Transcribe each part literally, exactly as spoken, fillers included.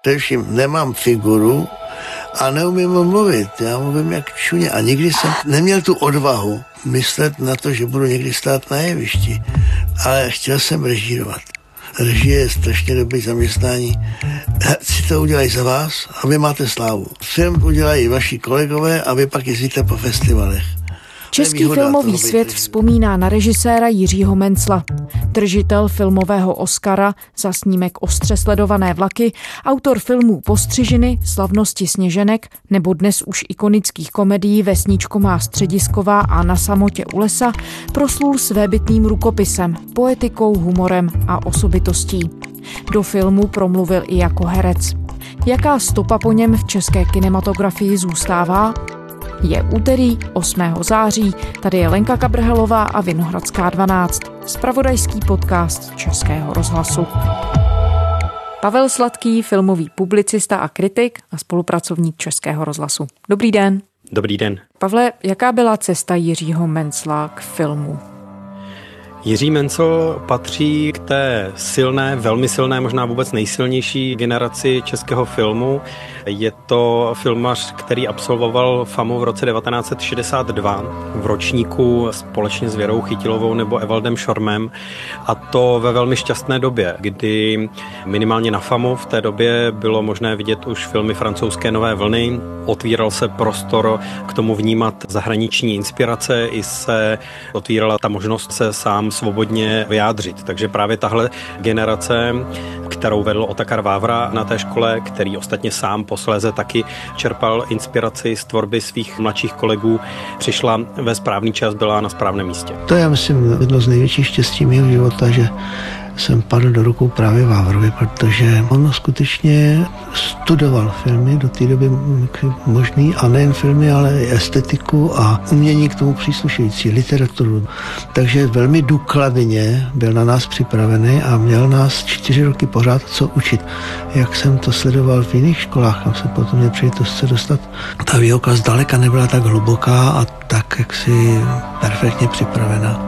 Především nemám figuru a neumím mluvit. Já mluvím jak čuně a nikdy jsem neměl tu odvahu myslet na to, že budu někdy stát na jevišti. Ale chtěl jsem režírovat. Režie je strašně dobrý zaměstnání. Si to udělají za vás a vy máte slávu. Film udělají vaši kolegové a vy pak jezdíte po festivalech. Český filmový svět vzpomíná na režiséra Jiřího Mencla. Držitel filmového Oscara za snímek Ostře sledované vlaky, autor filmů Postřižiny, Slavnosti sněženek nebo dnes už ikonických komedií Vesničko má středisková a Na samotě u lesa, proslul svébytným rukopisem, poetikou, humorem a osobitostí. Do filmu promluvil i jako herec. Jaká stopa po něm v české kinematografii zůstává? Je úterý osmého září, tady je Lenka Kabrhelová a Vinohradská dvanáct, zpravodajský podcast Českého rozhlasu. Pavel Sladký, filmový publicista a kritik a spolupracovník Českého rozhlasu. Dobrý den. Dobrý den. Pavle, jaká byla cesta Jiřího Mencla k filmu? Jiří Mencl patří k té silné, velmi silné, možná vůbec nejsilnější generaci českého filmu. Je to filmař, který absolvoval FAMU v roce devatenáct set šedesát dva v ročníku společně s Věrou Chytilovou nebo Evaldem Šormem, a to ve velmi šťastné době, kdy minimálně na FAMU v té době bylo možné vidět už filmy francouzské nové vlny. Otvíral se prostor k tomu vnímat zahraniční inspirace, i se otvírala ta možnost se sám svobodně vyjádřit. Takže právě tahle generace, kterou vedl Otakar Vávra na té škole, který ostatně sám posléze taky čerpal inspiraci z tvorby svých mladších kolegů, přišla ve správný čas, byla na správném místě. To je, myslím, jedno z největších štěstí mého života, že jsem padl do rukou právě Vávrovi, protože on skutečně studoval filmy do té doby možný, a nejen filmy, ale i estetiku a umění k tomu příslušující, literaturu. Takže velmi důkladně byl na nás připravený a měl nás čtyři roky pořád co učit. Jak jsem to sledoval v jiných školách, kam se potom měl příležitost se dostat, ta výuka zdaleka nebyla tak hluboká a tak jaksi perfektně připravená.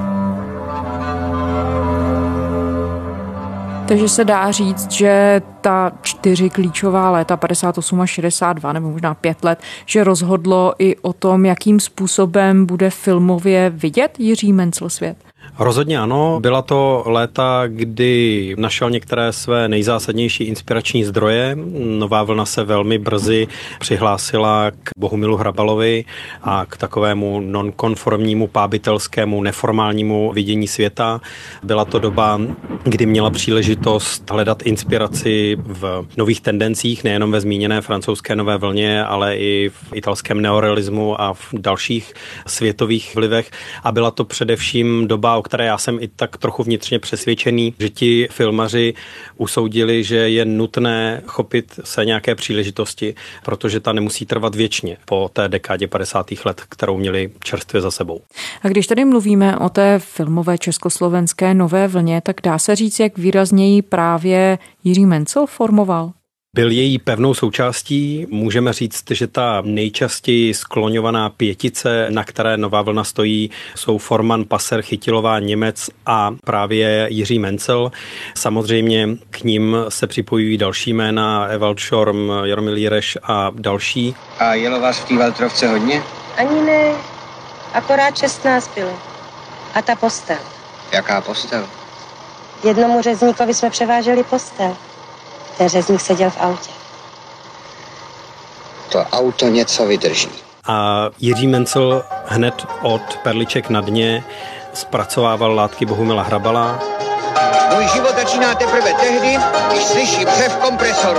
Takže se dá říct, že ta čtyři klíčová léta, padesát osm a šedesát dva, nebo možná pět let, že rozhodlo i o tom, jakým způsobem bude filmově vidět Jiří Mencl svět? Rozhodně ano. Byla to léta, kdy našel některé své nejzásadnější inspirační zdroje. Nová vlna se velmi brzy přihlásila k Bohumilu Hrabalovi a k takovému nonkonformnímu, pábitelskému, neformálnímu vidění světa. Byla to doba, kdy měla příležitost hledat inspiraci v nových tendencích, nejenom ve zmíněné francouzské nové vlně, ale i v italském neorealismu a v dalších světových vlivech. A byla to především doba, o které já jsem i tak trochu vnitřně přesvědčený, že ti filmaři usoudili, že je nutné chopit se nějaké příležitosti, protože ta nemusí trvat věčně po té dekádě padesátých let, kterou měli čerstvě za sebou. A když tady mluvíme o té filmové československé nové vlně, tak dá se říct, jak výrazněji právě Jiří Mencl formoval? Byl její pevnou součástí. Můžeme říct, že ta nejčastěji skloňovaná pětice, na které Nová vlna stojí, jsou Forman, Passer, Chytilová, Němec a právě Jiří Mencl. Samozřejmě k ním se připojují další jména, Evald Šorm, Jaromír Jireš a další. A jelo vás v té Waltrovce hodně? Ani ne, akorát šestnáct bylo. A ta postel. Jaká postel? Jednomu řezníkovi jsme převáželi postel. Ten řezník seděl v autě. To auto něco vydrží. A Jiří Mencl hned od Perliček na dně zpracovával látky Bohumila Hrabala. Můj život začíná teprve tehdy, když slyší přev kompresoru.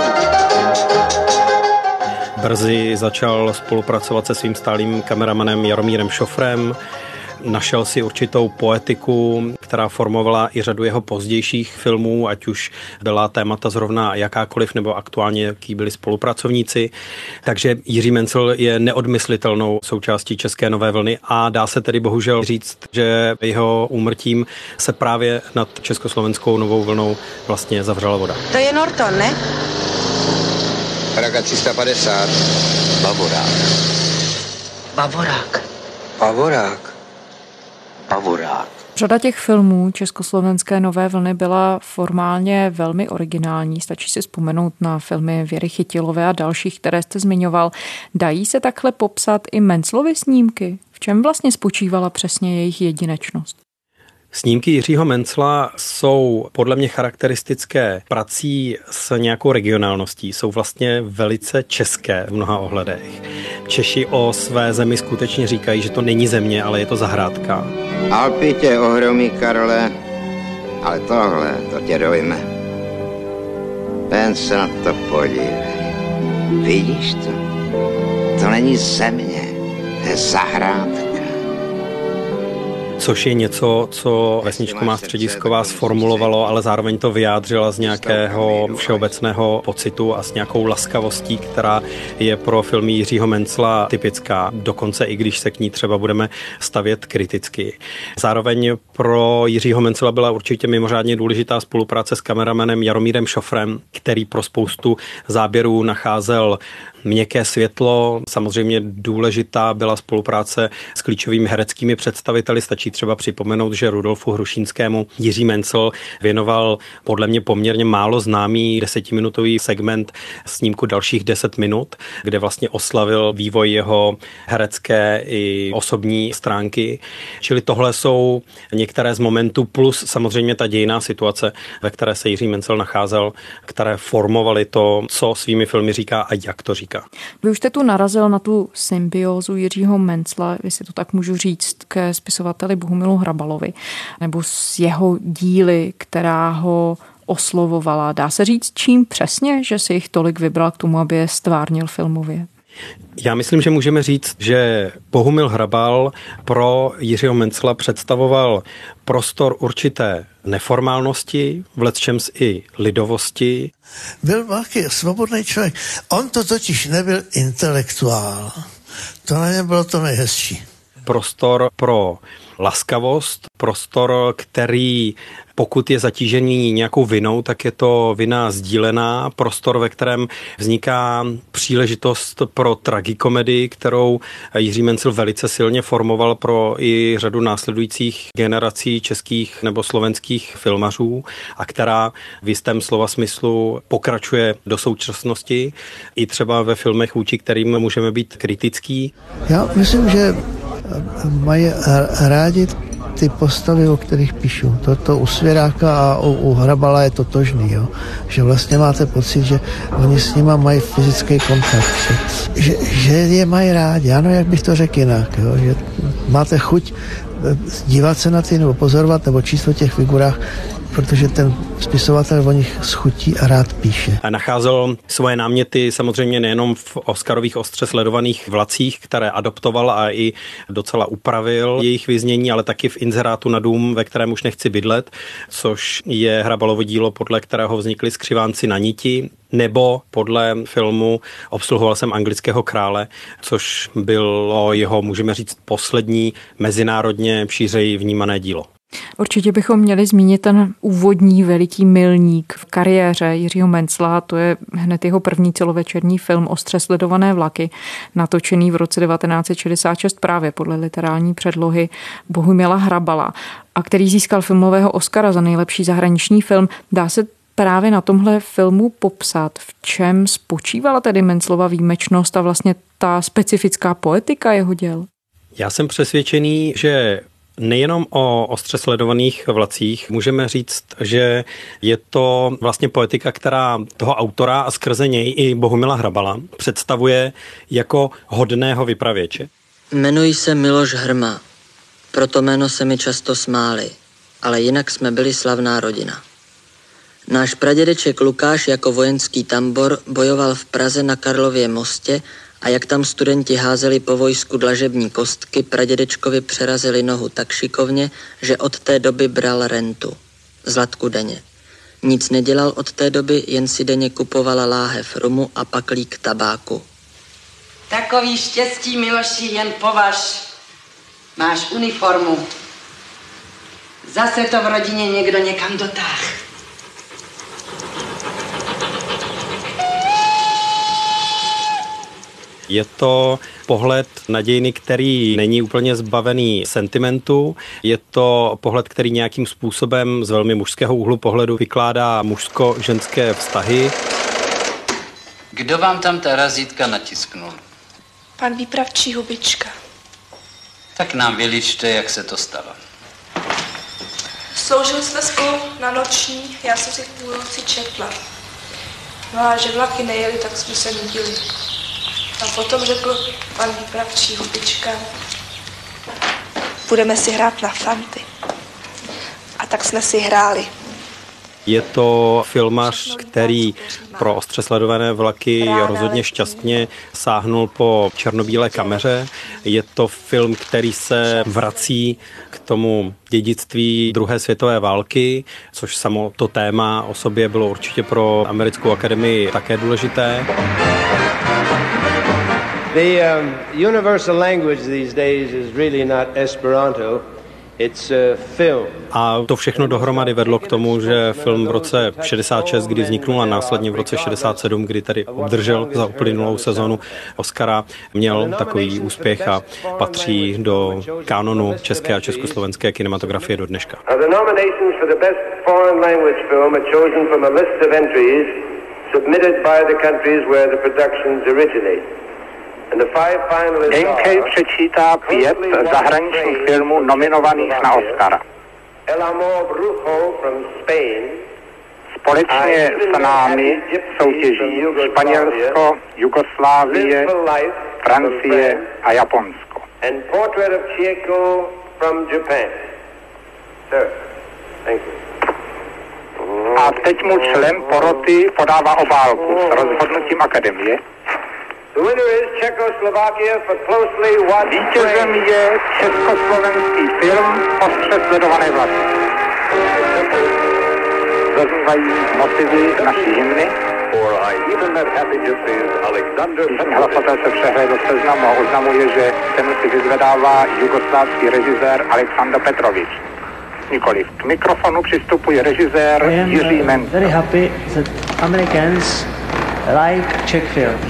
Brzy začal spolupracovat se svým stálým kameramanem Jaromírem Šofrem. Našel si určitou poetiku, která formovala i řadu jeho pozdějších filmů, ať už byla témata zrovna jakákoliv, nebo aktuálně jaký byli spolupracovníci. Takže Jiří Mencl je neodmyslitelnou součástí české nové vlny a dá se tedy bohužel říct, že jeho úmrtím se právě nad československou novou vlnou vlastně zavřela voda. To je Norton, ne? Praga tři sta padesát. Bavorák. Bavorák. Bavorák. Bavorák. Řada těch filmů československé nové vlny byla formálně velmi originální. Stačí si vzpomenout na filmy Věry Chytilové a dalších, které jste zmiňoval. Dají se takhle popsat i Menclovy snímky? V čem vlastně spočívala přesně jejich jedinečnost? Snímky Jiřího Mencla jsou podle mě charakteristické prací s nějakou regionálností. Jsou vlastně velice české v mnoha ohledech. Češi o své zemi skutečně říkají, že to není země, ale je to zahrádka. Alpy tě ohromí, Karle, ale tohle, to tě dojme. Jen se na to podívej. Vidíš to? To není země, to je zahrádka. Což je něco, co Vesničko má středisková sformulovalo, ale zároveň to vyjádřila z nějakého všeobecného pocitu a s nějakou laskavostí, která je pro filmy Jiřího Mencla typická, dokonce i když se k ní třeba budeme stavět kriticky. Zároveň pro Jiřího Mencla byla určitě mimořádně důležitá spolupráce s kameramanem Jaromírem Šofrem, který pro spoustu záběrů nacházel měkké světlo. Samozřejmě důležitá byla spolupráce s klíčovými hereckými představiteli. Stačí třeba připomenout, že Rudolfu Hrušínskému Jiří Mencl věnoval podle mě poměrně málo známý desetiminutový segment snímku Dalších deset minut, kde vlastně oslavil vývoj jeho herecké i osobní stránky. Čili tohle jsou některé z momentů, plus samozřejmě ta dějinná situace, ve které se Jiří Mencl nacházel, které formovaly to, co svými filmy říká a jak to říká. Vy už jste tu narazil na tu symbiózu Jiřího Mencla, jestli to tak můžu říct, ke spisovateli Bohumilu Hrabalovi, nebo s jeho díly, která ho oslovovala. Dá se říct, čím přesně, že si jich tolik vybral k tomu, aby je stvárnil filmově? Já myslím, že můžeme říct, že Bohumil Hrabal pro Jiřího Mencla představoval prostor určité neformálnosti, vlecčems i lidovosti. Byl velký svobodný člověk. On to totiž nebyl intelektuál. To na něm bylo to nejhezčí. Prostor pro laskavost, prostor, který pokud je zatížený nějakou vinou, tak je to vina sdílená, prostor, ve kterém vzniká příležitost pro tragikomedii, kterou Jiří Mencl velice silně formoval pro i řadu následujících generací českých nebo slovenských filmařů a která v jistém slova smyslu pokračuje do současnosti i třeba ve filmech, vůči kterým můžeme být kritický. Já myslím, že mají rádi ty postavy, o kterých píšu. Toto u Svěráka a u, u Hrabala je totožný, jo? Že vlastně máte pocit, že oni s nima mají fyzický kontakt. Že, že je mají rádi. Ano, jak bych to řekl jinak. Jo? Že máte chuť dívat se na ty, nebo pozorovat, nebo číst o těch figurách, protože ten spisovatel o nich schutí a rád píše. A nacházel svoje náměty samozřejmě nejenom v Oscarových ostře sledovaných vlacích, které adoptoval a i docela upravil jejich vyznění, ale taky v Inzerátu na dům, ve kterém už nechci bydlet, což je Hrabalovo dílo, podle kterého vznikly Skřivánci na niti, nebo podle filmu Obsluhoval jsem anglického krále, což bylo jeho, můžeme říct, poslední mezinárodně šířeji vnímané dílo. Určitě bychom měli zmínit ten úvodní veliký milník v kariéře Jiřího Mencla, to je hned jeho první celovečerní film Ostře sledované vlaky, natočený v roce devatenáct set šedesát šest právě podle literální předlohy Bohumila Hrabala, a který získal filmového Oscara za nejlepší zahraniční film. Dá se právě na tomhle filmu popsat, v čem spočívala tedy Menclova výjimečnost a vlastně ta specifická poetika jeho děl? Já jsem přesvědčený, že nejenom o ostře sledovaných vlacích můžeme říct, že je to vlastně poetika, která toho autora a skrze něj i Bohumila Hrabala představuje jako hodného vypravěče. Jmenuji se Miloš Hrma, proto jméno se mi často smáli, ale jinak jsme byli slavná rodina. Náš pradědeček Lukáš jako vojenský tambor bojoval v Praze na Karlově mostě a jak tam studenti házeli po vojsku dlažební kostky, pradědečkovi přerazili nohu tak šikovně, že od té doby bral rentu. Zlatku denně. Nic nedělal od té doby, jen si denně kupovala láhev rumu a paklík tabáku. Takový štěstí, Miloši, jen považ. Máš uniformu. Zase to v rodině někdo někam dotáhl. Je to pohled na dějiny, který není úplně zbavený sentimentu. Je to pohled, který nějakým způsobem z velmi mužského úhlu pohledu vykládá mužsko-ženské vztahy. Kdo vám tam ta razítka natisknul? Pan výpravčí Hubička. Tak nám vyličte, jak se to stalo. Sloužili jsme spolu na noční, já jsem si v půl noci četla. No a že vlaky nejeli, tak jsme se nudili. A potom řekl pan výpravčí Hubička, budeme si hrát na fanty. A tak jsme si hráli. Je to filmař, který pro ostře sledované vlaky rozhodně šťastně sáhnul po černobílé kameře. Je to film, který se vrací k tomu dědictví druhé světové války, což samo to téma o sobě bylo určitě pro Americkou akademii také důležité. The um, universal language these days is really not Esperanto. It's a film. A to všechno dohromady vedlo k tomu, že film v roce šedesát šest, kdy vzniknul, a následně v roce šedesát sedm, kdy tady obdržel za uplynulou sezonu Oscara, měl takový úspěch a patří do kánonu české a československé kinematografie do dneška. The nominations for the best foreign language film are chosen from a list of entries submitted by the countries where the productions originate. Denkej přečítá pět zahraničních filmů nominovaných na Oscara. Společně s námi soutěží Španělsko, Jugoslávie, Francie a Japonsko. A teď mu člen poroty podává obálku s rozhodnutím akademie. Vítězem je československý film Ostře sledované vlaky. Zaznívají motivy naší hymny. Píseň Hlasatel se přehlédl seznamu a oznamuje, že cenu si vyzvedává jugoslávský režisér Aleksandr Petrovič. Nikoliv. K mikrofonu přistupuje režisér Jiří Mencl. Very happy that Americans like Czech films.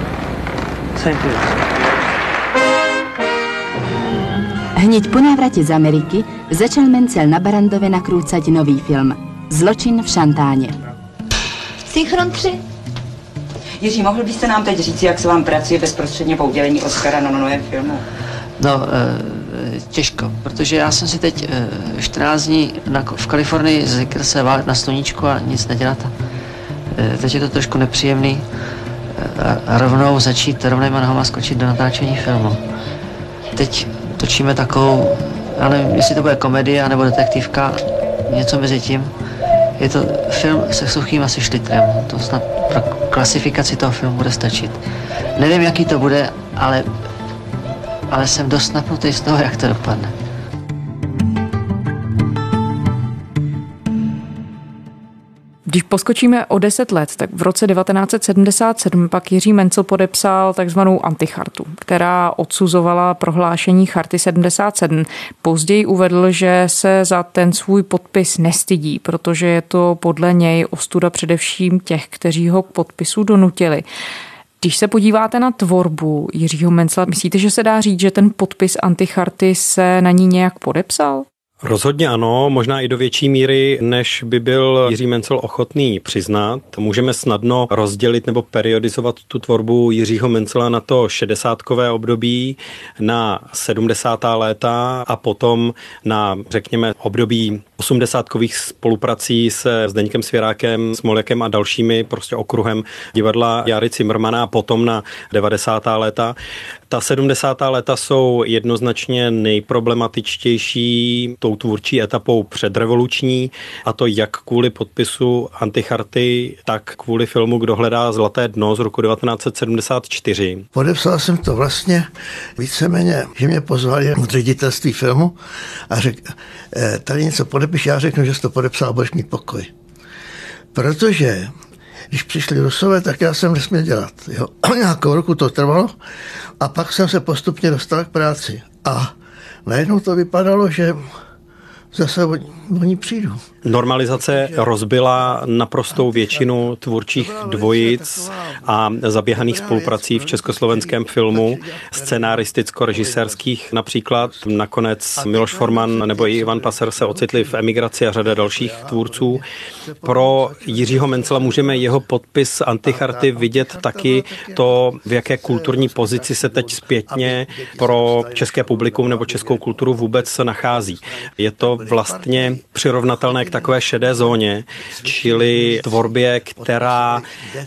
Hneď po návrate z Ameriky začal Mencel na Barrandově nakrúcať nový film Zločin v Šantáně. Synchron tři. Jiří, mohl byste nám teď říct, jak se vám pracuje bezprostředně po udělení Oscara na novém filmu? No, e, těžko, protože já jsem si teď e, čtrnáct dní na, v Kalifornii zvykl se válet na sluníčku a nic nedělat. E, teď je to trošku nepříjemný. A rovnou začít rovnýma nohama skočit do natáčení filmu. Teď točíme takovou, já nevím, jestli to bude komedie nebo detektivka, něco mezi tím. Je to film se suchým asi šlitrem, to snad pro klasifikaci toho filmu bude stačit. Nevím, jaký to bude, ale, ale jsem dost napnutý z toho, jak to dopadne. Když poskočíme o deset let, tak v roce devatenáct set sedmdesát sedm pak Jiří Mencl podepsal takzvanou antichartu, která odsuzovala prohlášení charty sedmdesát sedm. Později uvedl, že se za ten svůj podpis nestydí, protože je to podle něj ostuda především těch, kteří ho k podpisu donutili. Když se podíváte na tvorbu Jiřího Mencla, myslíte, že se dá říct, že ten podpis anticharty se na ní nějak podepsal? Rozhodně ano, možná i do větší míry, než by byl Jiří Mencl ochotný přiznat. Můžeme snadno rozdělit nebo periodizovat tu tvorbu Jiřího Mencla na to šedesátkové období, na sedmdesátá léta a potom na, řekněme, období osmdesátkových spoluprací se Zdeňkem Svěrákem, Smoljakem a dalšími prostě okruhem divadla Járy Cimrmana a potom na devadesátá léta. Ta sedmdesátá léta jsou jednoznačně nejproblematičtější tou tvůrčí etapou předrevoluční, a to jak kvůli podpisu anticharty, tak kvůli filmu Kdo hledá zlaté dno z roku devatenáct set sedmdesát čtyři. Podepsal jsem to vlastně víceméně, že mě pozvali od ředitelství filmu a řekl, tady něco podepiš, já řeknu, že jsi to podepsal a budeš mít pokoj. Protože když přišli Rusové, tak já jsem nesměl dělat. Jo. Nějakou roku to trvalo a pak jsem se postupně dostal k práci. A najednou to vypadalo, že zase oni přijdou. Normalizace rozbila naprostou většinu tvůrčích dvojic a zaběhaných spoluprací v československém filmu, scenáristicko-režisérských například. Nakonec Miloš Forman nebo i Ivan Passer se ocitli v emigraci a řada dalších tvůrců. Pro Jiřího Mencla můžeme jeho podpis Anticharty vidět taky to, v jaké kulturní pozici se teď zpětně pro české publikum nebo českou kulturu vůbec nachází. Je to vlastně přirovnatelné k takové šedé zóně, čili tvorbě, která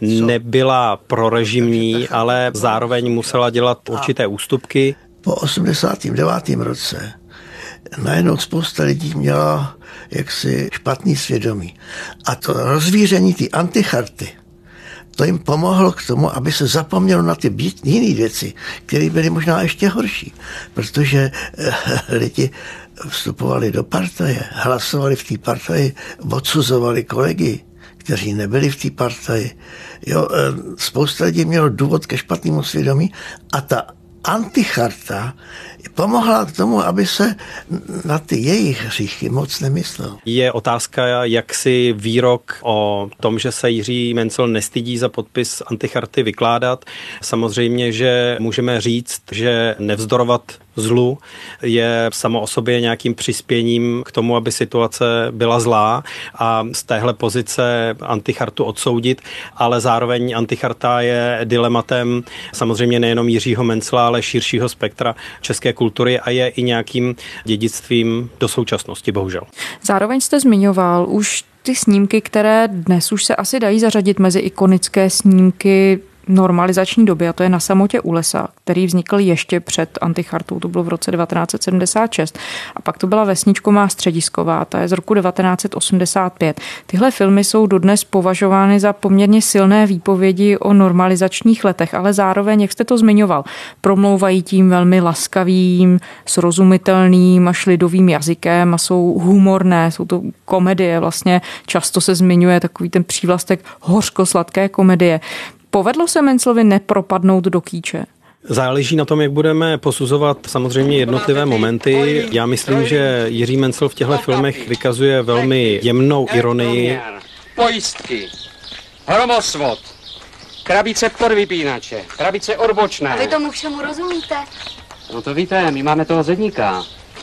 nebyla prorežimní, ale zároveň musela dělat určité ústupky. Po osmdesátém devátém roce najednou spousta lidí měla jaksi špatný svědomí. A to rozvíření ty Anticharty, to jim pomohlo k tomu, aby se zapomnělo na ty jiné věci, které byly možná ještě horší, protože eh, lidi vstupovali do partaje, hlasovali v té partaji, odsuzovali kolegy, kteří nebyli v té partaji. Jo, spousta lidí mělo důvod ke špatnému svědomí a ta Anticharta pomohla k tomu, aby se na ty jejich hříchy moc nemyslel. Je otázka, jak si výrok o tom, že se Jiří Mencel nestydí za podpis Anticharty vykládat. Samozřejmě, že můžeme říct, že nevzdorovat zlu je samo o sobě nějakým přispěním k tomu, aby situace byla zlá a z téhle pozice Antichartu odsoudit, ale zároveň Anticharta je dilematem samozřejmě nejenom Jiřího Mencla, ale širšího spektra české kultury a je i nějakým dědictvím do současnosti, bohužel. Zároveň jste zmiňoval už ty snímky, které dnes už se asi dají zařadit mezi ikonické snímky normalizační doby, a to je Na samotě u lesa, který vznikl ještě před Antichartou, to bylo v roce devatenáct set sedmdesát šest. A pak to byla Vesničko má středisková, ta je z roku devatenáct set osmdesát pět. Tyhle filmy jsou dodnes považovány za poměrně silné výpovědi o normalizačních letech, ale zároveň, jak jste to zmiňoval, promlouvají tím velmi laskavým, srozumitelným až lidovým jazykem a jsou humorné, jsou to komedie, vlastně často se zmiňuje takový ten přívlastek hořko-sladké komedie. Povedlo se Menclovi nepropadnout do kýče? Záleží na tom, jak budeme posuzovat samozřejmě jednotlivé momenty. Já myslím, že Jiří Mencel v těchto filmech vykazuje velmi jemnou ironii. Pojistky, hromosvod, krabice podvypínače, krabice odbočné. A vy tomu všemu rozumíte? No to víte, my máme toho zedníka.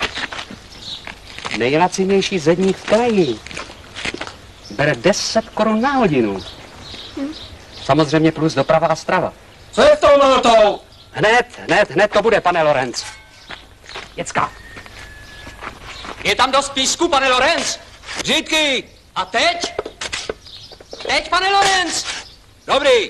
Nejlacinější zedník v kraji. Bere deset korun na hodinu. Hm. Samozřejmě plus doprava a strava. Co je v tou notou? Hned, hned, hned to bude, pane Lorenz. Děcka. Je tam dost písku, pane Lorenz? Řídky. A teď? Teď, pane Lorenz. Dobrý.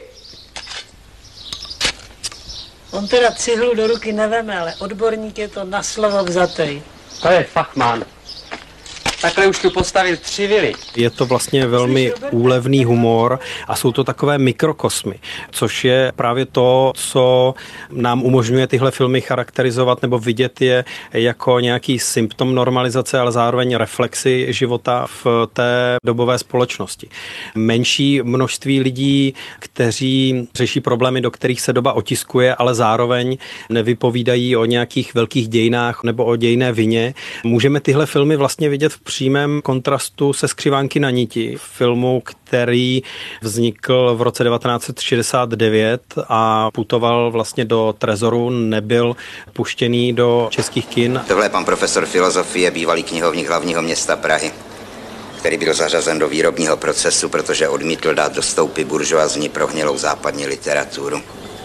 On teda cihlu do ruky neveme, ale odborník je to na slovo vzatej. To je fachman. Takhle už tu postavil tři vily. Je to vlastně velmi úlevný humor a jsou to takové mikrokosmy, což je právě to, co nám umožňuje tyhle filmy charakterizovat nebo vidět je jako nějaký symptom normalizace, ale zároveň reflexy života v té dobové společnosti. Menší množství lidí, kteří řeší problémy, do kterých se doba otiskuje, ale zároveň nevypovídají o nějakých velkých dějinách nebo o dějinné vině. Můžeme tyhle filmy vlastně vidět v přímém kontrastu se Skřivánky na niti, filmu, který vznikl v roce devatenáct set šedesát devět a putoval vlastně do trezoru, nebyl puštěný do českých kin. Tohle je pan profesor filozofie, bývalý knihovník hlavního města Prahy, který byl zařazen do výrobního procesu, protože odmítl dát do stoupy buržoazní prohnilou západní literaturu.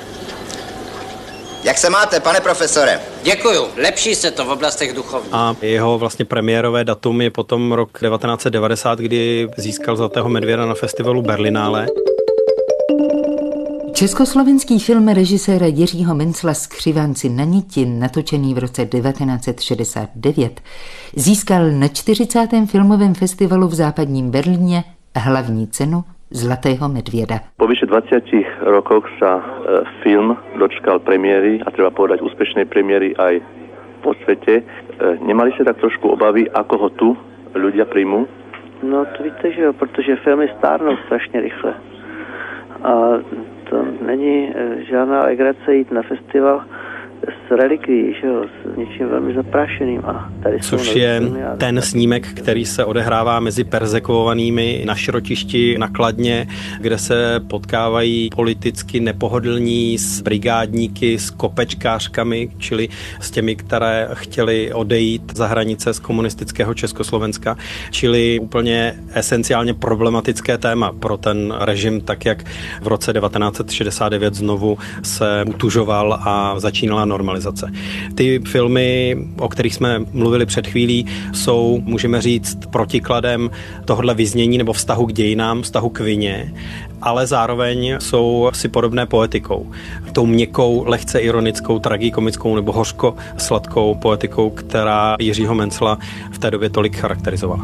Jak se máte, pane profesore? Děkuju, lepší se to v oblastech duchovních. A jeho vlastně premiérové datum je potom rok devatenáct set devadesát, kdy získal Zlatého medvěda na festivalu Berlinále. Československý film režiséra Jiřího Mencla Skřivánci na niti, natočený v roce devatenáct set šedesát devět, získal na čtyřicátém filmovém festivalu v západním Berlíně hlavní cenu Zlatého medvěda. Po vyše dvadsiatich rokoch sa film dočkal premiéry a treba povedať úspešnej premiéry aj po svete. Nemali ste tak trošku obavy, ako ho tu ľudia príjmú? No to víte, že jo, protože filmy stárnou strašně rychle. A to není žádná legrace jít na festival s relikví, že jo, s něčím velmi zaprášeným. A tady což je ten snímek, který se odehrává mezi perzekvovanými na Šrotišti na Kladně, kde se potkávají politicky nepohodlní s brigádníky, s kopečkářkami, čili s těmi, které chtěli odejít za hranice z komunistického Československa, čili úplně esenciálně problematické téma pro ten režim, tak jak v roce devatenáct set šedesát devět znovu se utužoval a začínala normalizace. Ty filmy, o kterých jsme mluvili před chvílí, jsou, můžeme říct, protikladem tohodle vyznění nebo vztahu k dějinám, vztahu k vině, ale zároveň jsou si podobné poetikou. Tou měkkou, lehce ironickou, tragikomickou nebo hořko-sladkou poetikou, která Jiřího Mencla v té době tolik charakterizovala.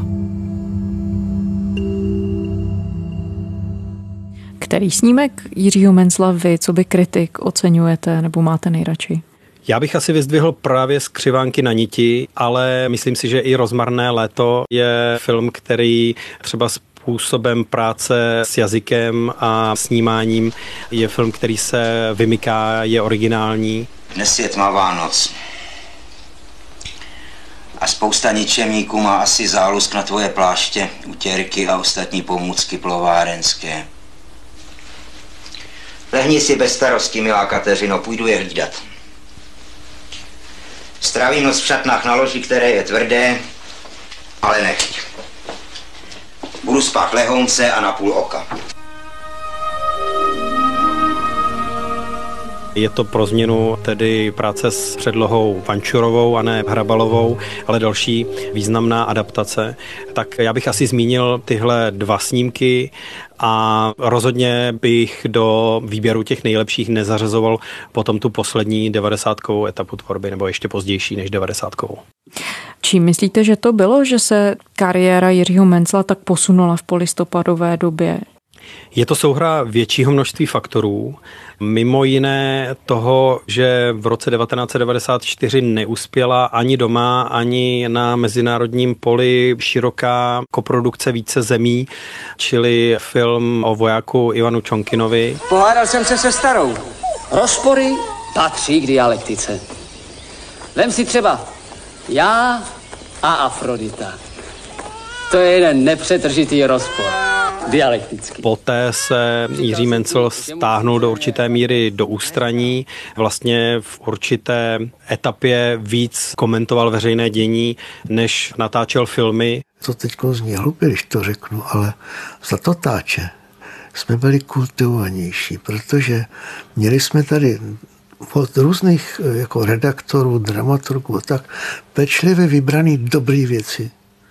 Který snímek Jiřího Mencla vy, co by kritik, oceňujete nebo máte nejradši? Já bych asi vyzdvihl právě Skřivánky na niti, ale myslím si, že i Rozmarné léto je film, který třeba způsobem práce s jazykem a snímáním je film, který se vymyká, je originální. Dnes je tmavá noc. A spousta ničemníků má asi zálusk na tvoje pláště, utěrky a ostatní pomůcky plovárenské. Lehni si bez starosti, milá Kateřino, půjdu je hlídat. Strávím noc v šatnách na loži, které je tvrdé, ale nechť. Budu spát lehounce a na půl oka. Je to pro změnu tedy práce s předlohou Vančurovou a ne Hrabalovou, ale další významná adaptace. Tak já bych asi zmínil tyhle dva snímky a rozhodně bych do výběru těch nejlepších nezařazoval potom tu poslední devadesátkovou etapu tvorby, nebo ještě pozdější než devadesátkovou. Čím myslíte, že to bylo, že se kariéra Jiřího Mencla tak posunula v polistopadové době? Je to souhra většího množství faktorů, mimo jiné toho, že v roce devatenáct set devadesát čtyři neuspěla ani doma, ani na mezinárodním poli široká koprodukce více zemí, čili film o vojáku Ivanu Čonkinovi. Pohádal jsem se se starou. Rozpory patří k dialektice. Vem si třeba já a Afrodita. To je jeden nepřetržitý rozpor. Dialektický. Poté se Jiří Mencl stáhnul do určité míry do ústraní. Vlastně v určité etapě víc komentoval veřejné dění, než natáčel filmy. To teďko zní hlupě, když to řeknu, ale za totáče jsme byli kultivovanější, protože měli jsme tady od různých jako redaktorů, dramaturgů, tak pečlivě vybraný dobrý věci.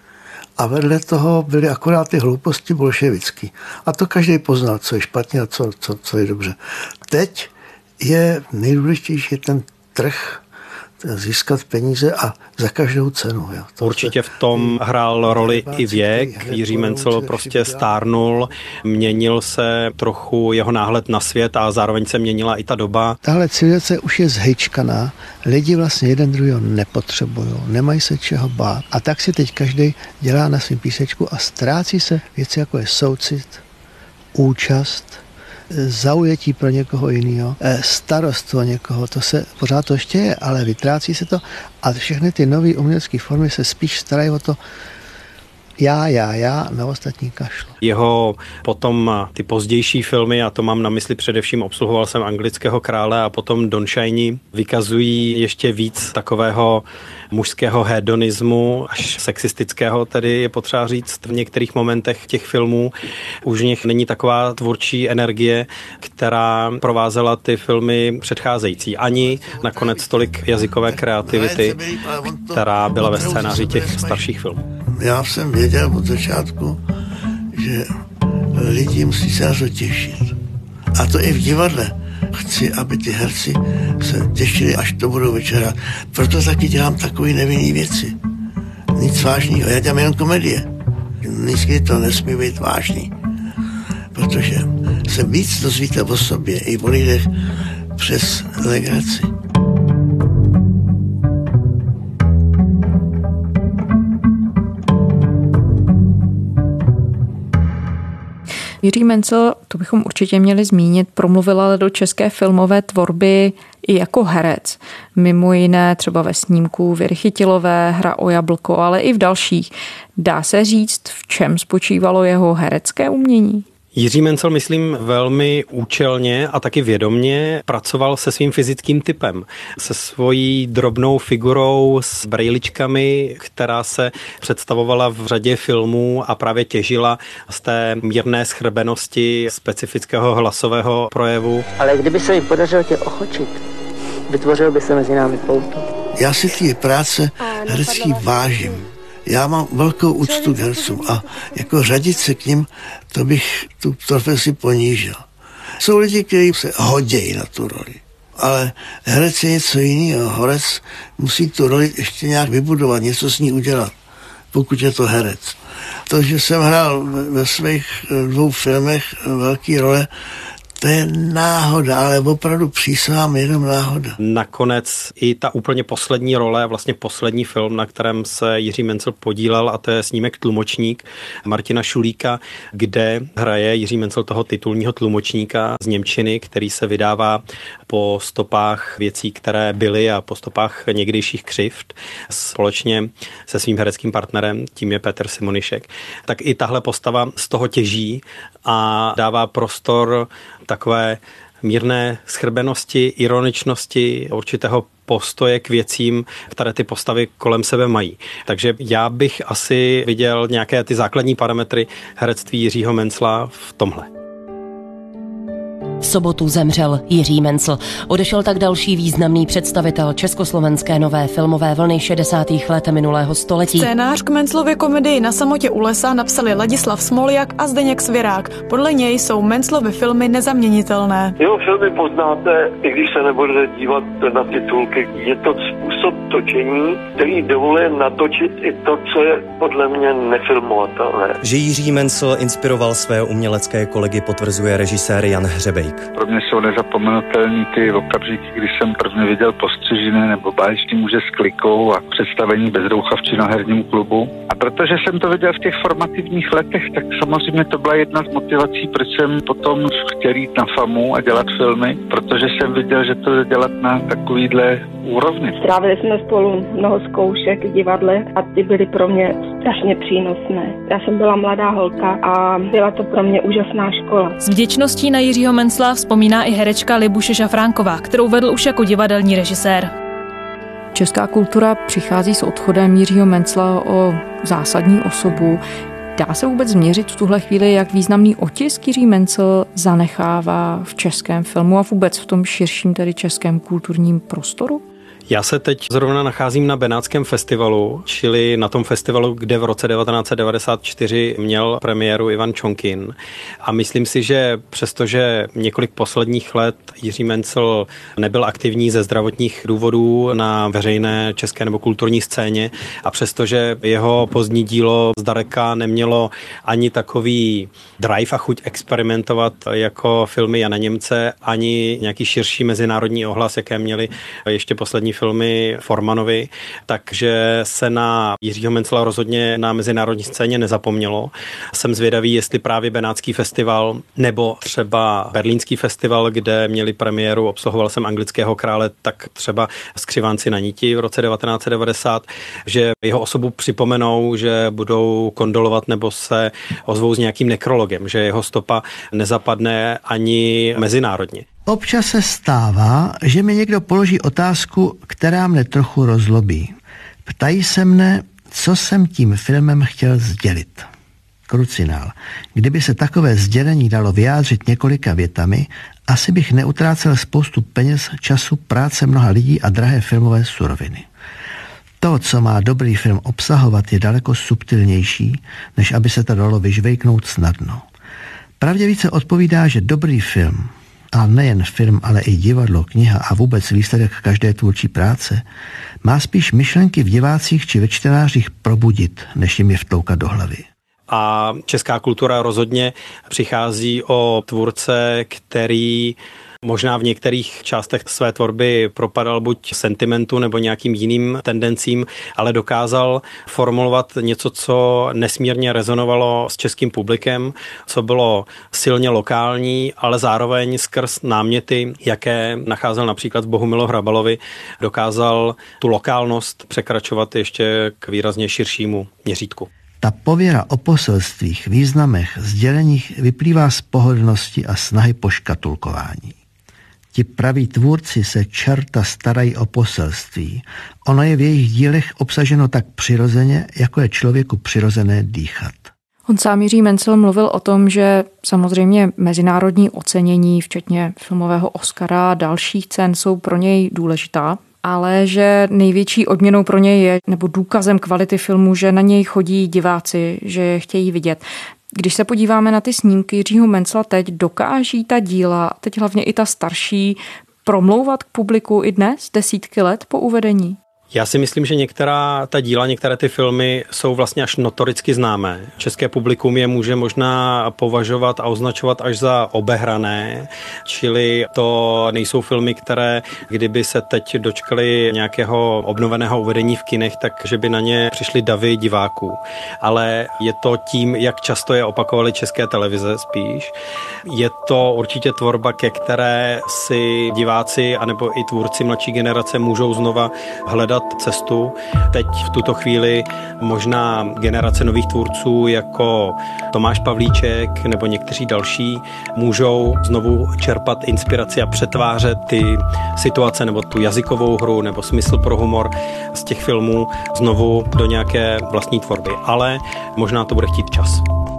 A vedle toho byly akorát ty hlouposti bolševický. A to každý poznal, co je špatně a co, co, co je dobře. Teď je nejdůležitější ten trh, získat peníze a za každou cenu. Jo. To Určitě v tom hrál roli i věk. Jiří Mencl prostě stárnul, měnil se trochu jeho náhled na svět a zároveň se měnila i ta doba. Tahle civilizace už je zhejčkaná, lidi vlastně jeden druhého nepotřebují, nemají se čeho bát. A tak si teď každý dělá na svým písečku a ztrácí se věci, jako je soucit, účast, zaujetí pro někoho jiného, starost o někoho, to se pořád to ještě je, ale vytrácí se to a všechny ty nové umělecké formy se spíš starají o to já, já, já, na ostatní kašlu. Jeho potom ty pozdější filmy, a to mám na mysli především, obsluhoval jsem Anglického krále a potom Don Shiny, vykazují ještě víc takového mužského hedonismu, až sexistického, tedy je potřeba říct v některých momentech těch filmů. Už v nich není taková tvůrčí energie, která provázela ty filmy předcházející. Ani nakonec tolik jazykové kreativity, která byla ve scénáři těch starších filmů. Já jsem věděl od začátku, že lidi musí se na to těšit. A to i v divadle. Chci, aby ty herci se těšili, až to budou večera. Proto taky dělám takové nevinné věci. Nic vážného. Já dělám jen komedie. Vždycky to nesmí být vážný. Protože se víc dozvíte o sobě i o lidech přes legraci. Jiří Mencl, to bychom určitě měli zmínit, promluvil ale do české filmové tvorby i jako herec. Mimo jiné třeba ve snímku Věry Chytilové, Hra o jablko, ale i v dalších. Dá se říct, v čem spočívalo jeho herecké umění? Jiří Mencel, myslím, velmi účelně a taky vědomně pracoval se svým fyzickým typem, se svojí drobnou figurou s brejličkami, která se představovala v řadě filmů a právě těžila z té mírné schrbenosti specifického hlasového projevu. Ale kdyby se mi podařilo tě ochočit, vytvořil by se mezi námi pouto. Já si ty práce herecký vážím. Já mám velkou úctu k hercům a jako řadit se k nim, to bych tu profesi ponížil. Jsou lidi, kteří se hodějí na tu roli, ale herec je něco jiného. Herec musí tu roli ještě nějak vybudovat, něco s ní udělat, pokud je to herec. To, že jsem hrál ve svých dvou filmech velké role, to je náhoda, ale opravdu přísahám jenom náhoda. Nakonec i ta úplně poslední role, vlastně poslední film, na kterém se Jiří Mencel podílel, a to je snímek Tlumočník Martina Šulíka, kde hraje Jiří Mencel toho titulního tlumočníka z němčiny, který se vydává po stopách věcí, které byly a po stopách někdejších křivd společně se svým hereckým partnerem, tím je Petr Simonišek. Tak i tahle postava z toho těží a dává prostor takové mírné schrbenosti, ironičnosti, určitého postoje k věcím, které ty postavy kolem sebe mají. Takže já bych asi viděl nějaké ty základní parametry herectví Jiřího Mencla v tomhle. V sobotu zemřel Jiří Mencl. Odešel tak další významný představitel československé nové filmové vlny šedesátých let minulého století. Scénář k Menclově komedii Na samotě u lesa napsali Ladislav Smoljak a Zdeněk Svěrák. Podle něj jsou Menclovy filmy nezaměnitelné. Jeho filmy poznáte, i když se nebudete dívat na titulky. Je to způsob točení, který dovoluje natočit i to, co je podle mě nefilmovatelné. Že Jiří Mencl inspiroval své umělecké kolegy, potvrzuje režisér Jan Hřebejk. Pro mě jsou nezapomenutelný ty okamžiky, když jsem prvně viděl Postřižiny nebo Báječný muže s klikou a představení Bezroucha v činoherním klubu. A protože jsem to viděl v těch formativních letech, tak samozřejmě to byla jedna z motivací, proč jsem potom chtěl jít na FAMu a dělat filmy, protože jsem viděl, že to jde dělat na takovýhle úrovni. Strávili jsme spolu mnoho zkoušek v divadle a ty byly pro mě strašně přínosné. Já jsem byla mladá holka a byla to pro mě úžasná škola. S vděčností na Jiřího Mencla vzpomíná i herečka Libuše Šafránková, kterou vedl už jako divadelní režisér. Česká kultura přichází s odchodem Jiřího Mencla o zásadní osobu. Dá se vůbec změřit v tuhle chvíli, jak významný otisk Jiří Mencl zanechává v českém filmu a vůbec v tom širším, tedy českém kulturním prostoru? Já se teď zrovna nacházím na Benátském festivalu, čili na tom festivalu, kde v roce devatenáct set devadesát čtyři měl premiéru Ivan Čonkin. A myslím si, že přestože několik posledních let Jiří Mencl nebyl aktivní ze zdravotních důvodů na veřejné české nebo kulturní scéně a přestože jeho pozdní dílo zdaleka nemělo ani takový drive a chuť experimentovat jako filmy Jana Němce, ani nějaký širší mezinárodní ohlas, jaké měly ještě poslední filmy Formanovi, takže se na Jiřího Mencla rozhodně na mezinárodní scéně nezapomnělo. Jsem zvědavý, jestli právě Benátský festival nebo třeba Berlínský festival, kde měli premiéru, obsluhoval jsem Anglického krále, tak třeba Skřivánci na niti v roce devatenáct set devadesát, že jeho osobu připomenou, že budou kondolovat nebo se ozvou s nějakým nekrologem, že jeho stopa nezapadne ani mezinárodně. Občas se stává, že mi někdo položí otázku, která mne trochu rozlobí. Ptají se mne, co jsem tím filmem chtěl sdělit. Krucinál. Kdyby se takové sdělení dalo vyjádřit několika větami, asi bych neutrácel spoustu peněz, času, práce mnoha lidí a drahé filmové suroviny. To, co má dobrý film obsahovat, je daleko subtilnější, než aby se to dalo vyžvejknout snadno. Pravdě více odpovídá, že dobrý film, a nejen film, ale i divadlo, kniha a vůbec výsledek každé tvůrčí práce, má spíš myšlenky v divácích či ve čtenářích probudit, než jim je vtloukat do hlavy. A česká kultura rozhodně přichází o tvůrce, který Možná v některých částech své tvorby propadal buď sentimentu nebo nějakým jiným tendencím, ale dokázal formulovat něco, co nesmírně rezonovalo s českým publikem, co bylo silně lokální, ale zároveň skrz náměty, jaké nacházel například v Bohumilu Hrabalovi, dokázal tu lokálnost překračovat ještě k výrazně širšímu měřítku. Ta pověra o poselstvích, významech, sděleních vyplývá z pohodlnosti a snahy po škatulkování. Ti praví tvůrci se čerta starají o poselství. Ono je v jejich dílech obsaženo tak přirozeně, jako je člověku přirozené dýchat. On sám Jiří Mencel mluvil o tom, že samozřejmě mezinárodní ocenění, včetně filmového Oscara a dalších cen, jsou pro něj důležitá, ale že největší odměnou pro něj je, nebo důkazem kvality filmu, že na něj chodí diváci, že je chtějí vidět. Když se podíváme na ty snímky Jiřího Mencla teď, dokáží ta díla, teď hlavně i ta starší, promlouvat k publiku i dnes, desítky let po uvedení? Já si myslím, že některá ta díla, některé ty filmy jsou vlastně až notoricky známé. České publikum je může možná považovat a označovat až za obehrané, čili to nejsou filmy, které kdyby se teď dočkali nějakého obnoveného uvedení v kinech, takže by na ně přišly davy diváků. Ale je to tím, jak často je opakovaly české televize spíš. Je to určitě tvorba, ke které si diváci anebo i tvůrci mladší generace můžou znova hledat cestu. Teď v tuto chvíli možná generace nových tvůrců jako Tomáš Pavlíček nebo někteří další můžou znovu čerpat inspiraci a přetvářet ty situace nebo tu jazykovou hru nebo smysl pro humor z těch filmů znovu do nějaké vlastní tvorby. Ale možná to bude chtít čas.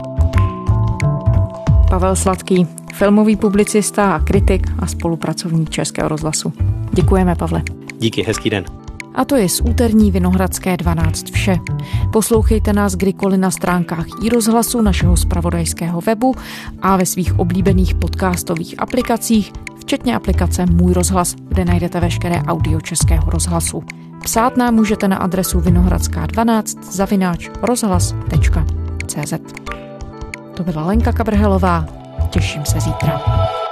Pavel Sladký, filmový publicista a kritik a spolupracovník Českého rozhlasu. Děkujeme, Pavle. Díky, hezký den. A to je z úterní Vinohradské dvanáct vše. Poslouchejte nás kdykoliv na stránkách iRozhlasu, našeho zpravodajského webu a ve svých oblíbených podcastových aplikacích, včetně aplikace Můj rozhlas, kde najdete veškeré audio Českého rozhlasu. Psát nám můžete na adresu vinohradská dvanáct zavináč rozhlas tečka cé zet. To byla Lenka Kabrhelová. Těším se zítra.